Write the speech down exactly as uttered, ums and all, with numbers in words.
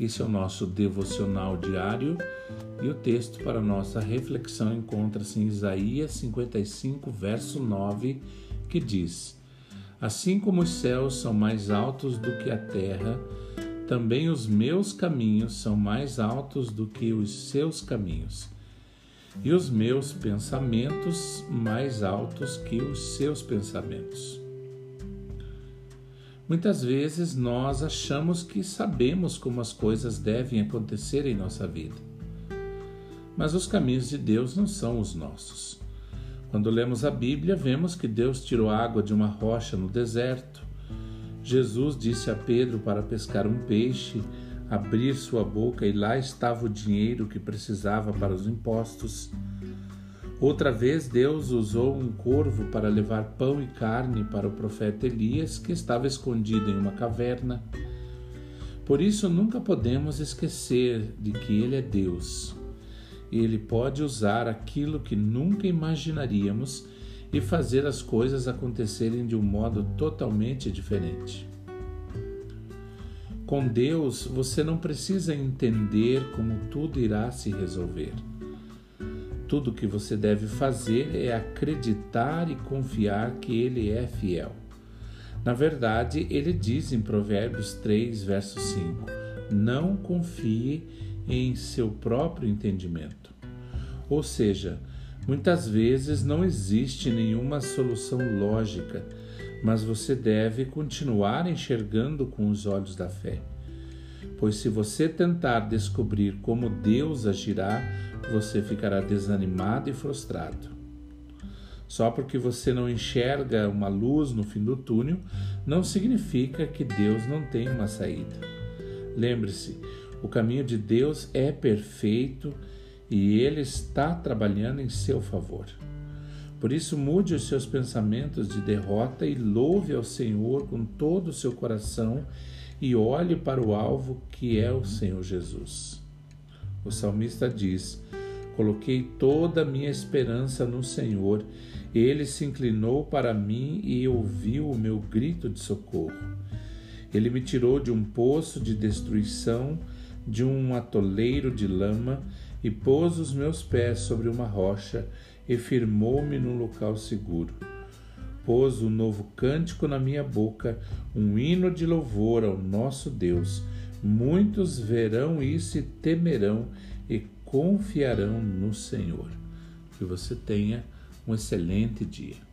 Esse é o nosso devocional diário e o texto para nossa reflexão encontra-se em Isaías cinquenta e cinco, verso nove, que diz: Assim como os céus são mais altos do que a terra, também os meus caminhos são mais altos do que os seus caminhos, e os meus pensamentos mais altos que os seus pensamentos. Muitas vezes nós achamos que sabemos como as coisas devem acontecer em nossa vida, mas os caminhos de Deus não são os nossos. Quando lemos a Bíblia, vemos que Deus tirou água de uma rocha no deserto. Jesus disse a Pedro para pescar um peixe, abrir sua boca e lá estava o dinheiro que precisava para os impostos. Outra vez Deus usou um corvo para levar pão e carne para o profeta Elias, que estava escondido em uma caverna. Por isso nunca podemos esquecer de que Ele é Deus. Ele pode usar aquilo que nunca imaginaríamos e fazer as coisas acontecerem de um modo totalmente diferente. Com Deus, você não precisa entender como tudo irá se resolver. Tudo o que você deve fazer é acreditar e confiar que Ele é fiel. Na verdade, Ele diz em Provérbios três, verso cinco, não confie em seu próprio entendimento. Ou seja, muitas vezes não existe nenhuma solução lógica, mas você deve continuar enxergando com os olhos da fé. Pois se você tentar descobrir como Deus agirá, você ficará desanimado e frustrado. Só porque você não enxerga uma luz no fim do túnel, não significa que Deus não tem uma saída. Lembre-se, o caminho de Deus é perfeito e Ele está trabalhando em seu favor. Por isso, mude os seus pensamentos de derrota e louve ao Senhor com todo o seu coração e olhe para o alvo que é o Senhor Jesus. O salmista diz: Coloquei toda a minha esperança no Senhor, Ele se inclinou para mim e ouviu o meu grito de socorro. Ele me tirou de um poço de destruição, de um atoleiro de lama, e pôs os meus pés sobre uma rocha e firmou-me num local seguro. Pôs um novo cântico na minha boca, um hino de louvor ao nosso Deus. Muitos verão isso e temerão e confiarão no Senhor. Que você tenha um excelente dia.